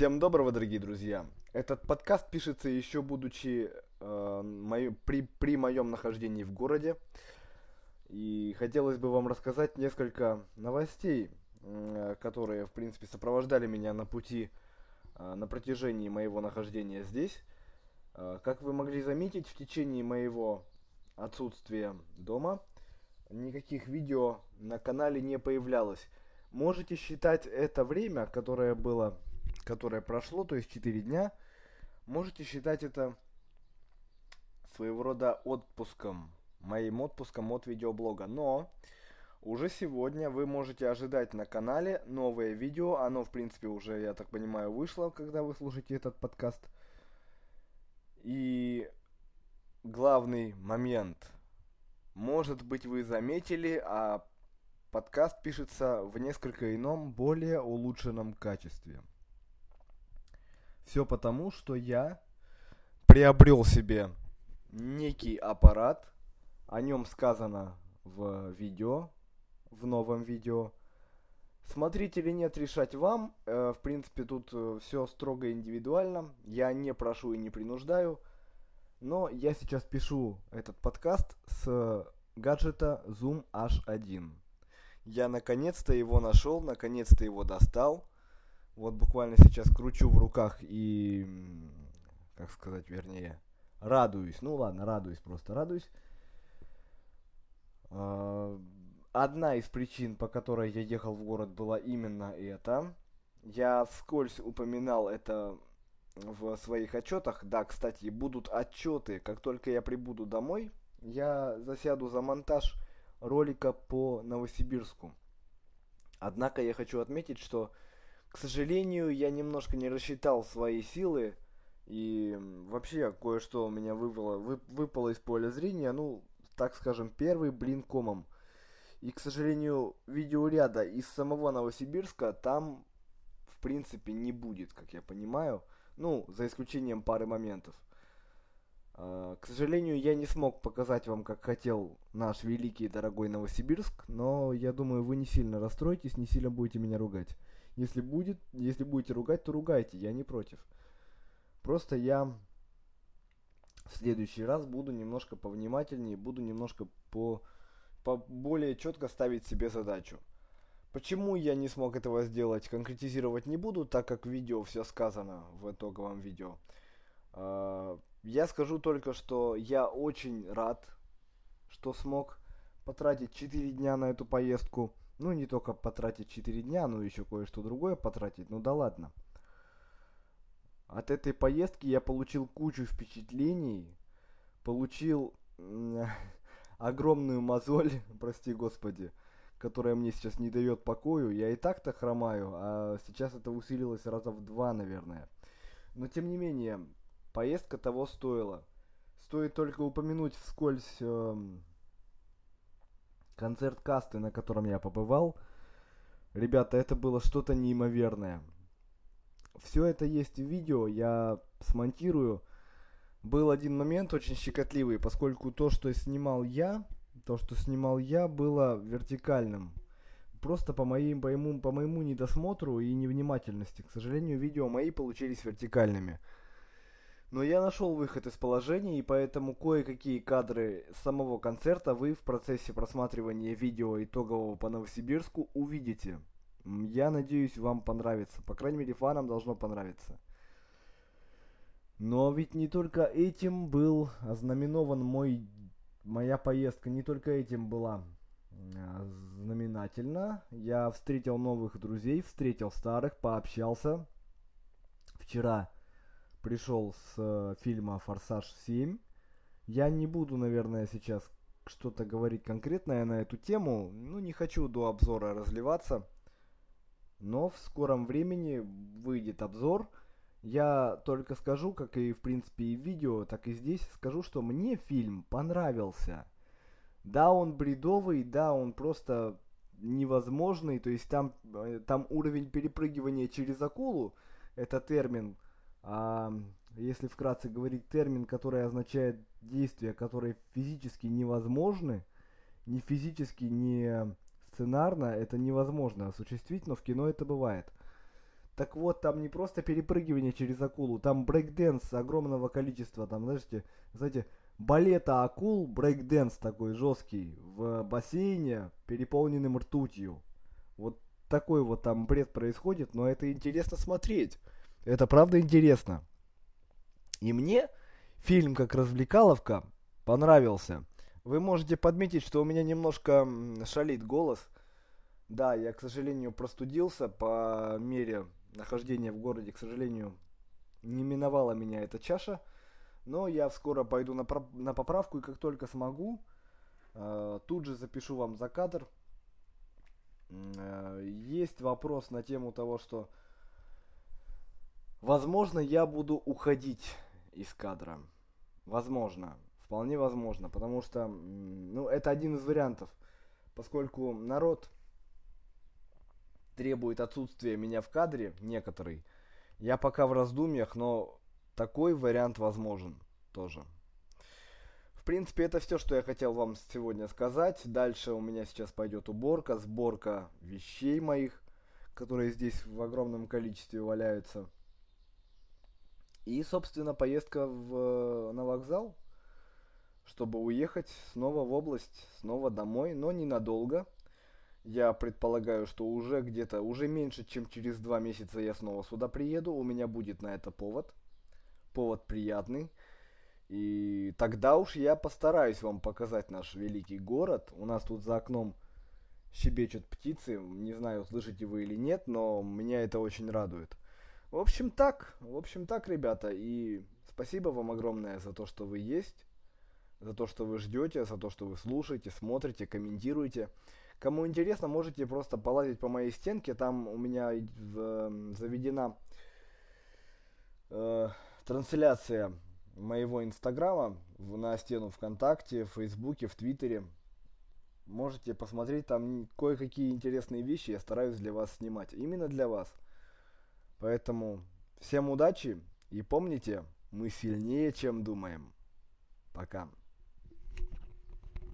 Всем доброго, дорогие друзья! Этот подкаст пишется еще будучи при моем нахождении в городе. И хотелось бы вам рассказать несколько новостей, которые, в принципе, сопровождали меня на пути на протяжении моего нахождения здесь. Как вы могли заметить, в течение моего отсутствия дома никаких видео на канале не появлялось. Можете считать это время, которое прошло, то есть 4 дня, можете считать это своего рода отпуском, моим отпуском от видеоблога. Но уже сегодня вы можете ожидать на канале новое видео. Оно, в принципе, уже, я так понимаю, вышло, когда вы слушаете этот подкаст. И главный момент. Может быть, вы заметили, а подкаст пишется в несколько ином, более улучшенном качестве. Все потому, что я приобрел себе некий аппарат, о нем сказано в новом видео. Смотреть или нет, решать вам. В принципе, тут все строго индивидуально. Я не прошу и не принуждаю. Но я сейчас пишу этот подкаст с гаджета Zoom H1. Я наконец-то его нашел, наконец-то его достал. Вот буквально сейчас кручу в руках и, как сказать, вернее, радуюсь. Ну ладно, просто радуюсь. Одна из причин, по которой я ехал в город, была именно эта. Я вскользь упоминал это в своих отчетах. Да, кстати, будут отчеты. Как только я прибуду домой, я засяду за монтаж ролика по Новосибирску. Однако я хочу отметить, что, к сожалению, я немножко не рассчитал свои силы. И вообще кое-что у меня выпало из поля зрения. Ну, так скажем, первый блин комом. И, к сожалению, видеоряда из самого Новосибирска там, в принципе, не будет, как я понимаю. Ну, за исключением пары моментов. К сожалению, я не смог показать вам, как хотел, наш великий и дорогой Новосибирск, но я думаю, вы не сильно расстроитесь, не сильно будете меня ругать. Если будете ругать, то ругайте, я не против. Просто я в следующий раз буду немножко повнимательнее, буду немножко более четко ставить себе задачу. Почему я не смог этого сделать, конкретизировать не буду, так как в видео все сказано, в итоговом видео. Я скажу только, что я очень рад, что смог потратить 4 дня на эту поездку. Ну, не только потратить 4 дня, но еще кое-что другое потратить. Ну да ладно. От этой поездки я получил кучу впечатлений, получил огромную мозоль, прости господи, которая мне сейчас не дает покою. Я и так-то хромаю, а сейчас это усилилось раза в 2, наверное. Но тем не менее, поездка того стоила. Стоит только упомянуть вскользь концерт Касты, на котором я побывал. Ребята, это было что-то неимоверное. Все это есть в видео, я смонтирую. Был один момент очень щекотливый, поскольку то, что снимал я, было вертикальным. Просто по моему недосмотру и невнимательности. К сожалению, видео мои получились вертикальными. Но я нашел выход из положения, и поэтому кое-какие кадры самого концерта вы в процессе просматривания видео итогового по Новосибирску увидите. Я надеюсь, вам понравится. По крайней мере, фанам должно понравиться. Но ведь не только этим был ознаменован моя поездка. Не только этим была знаменательна. Я встретил новых друзей, встретил старых, пообщался. Вчера пришел с фильма «Форсаж 7». Я не буду, наверное, сейчас что-то говорить конкретное на эту тему. Ну, не хочу до обзора разливаться. Но в скором времени выйдет обзор. Я только скажу, как и в принципе и в видео, так и здесь скажу, что мне фильм понравился. Да, он бредовый, да, он просто невозможный. То есть там уровень перепрыгивания через акулу, это термин. Если вкратце говорить, термин, который означает действия, которые физически невозможны, ни физически, ни сценарно это невозможно осуществить, но в кино это бывает. Так вот, там не просто перепрыгивание через акулу, там брейкденс огромного количества, там, знаете, балета акул, брейкденс такой жесткий, в бассейне, переполненным ртутью. Вот такой вот там бред происходит, но это интересно смотреть. Это правда интересно. И мне фильм как развлекаловка понравился. Вы можете подметить, что у меня немножко шалит голос. Да, я, к сожалению, простудился по мере нахождения в городе, к сожалению, не миновала меня эта чаша. Но я скоро пойду на поправку, и как только смогу, тут же запишу вам за кадр. Есть вопрос на тему того, что, возможно, я буду уходить из кадра. Возможно, вполне возможно, потому что, ну, это один из вариантов, поскольку народ требует отсутствия меня в кадре, некоторый. Я пока в раздумьях, но такой вариант возможен тоже. В принципе, это все, что я хотел вам сегодня сказать. Дальше у меня сейчас пойдет уборка, сборка вещей моих, которые здесь в огромном количестве валяются. И, собственно, поездка на вокзал, чтобы уехать снова в область, снова домой, но ненадолго. Я предполагаю, что уже где-то, уже меньше, чем через 2 месяца я снова сюда приеду. У меня будет на это повод. Повод приятный. И тогда уж я постараюсь вам показать наш великий город. У нас тут за окном щебечут птицы. Не знаю, слышите вы или нет, но меня это очень радует. В общем так, ребята. И спасибо вам огромное за то, что вы есть. За то, что вы ждете, за то, что вы слушаете, смотрите, комментируете. Кому интересно, можете просто полазить по моей стенке. Там у меня заведена трансляция моего инстаграма на стену ВКонтакте, в Фейсбуке, в Твиттере. Можете посмотреть, там кое-какие интересные вещи я стараюсь для вас снимать. Именно для вас. Поэтому всем удачи и помните, мы сильнее, чем думаем. Пока.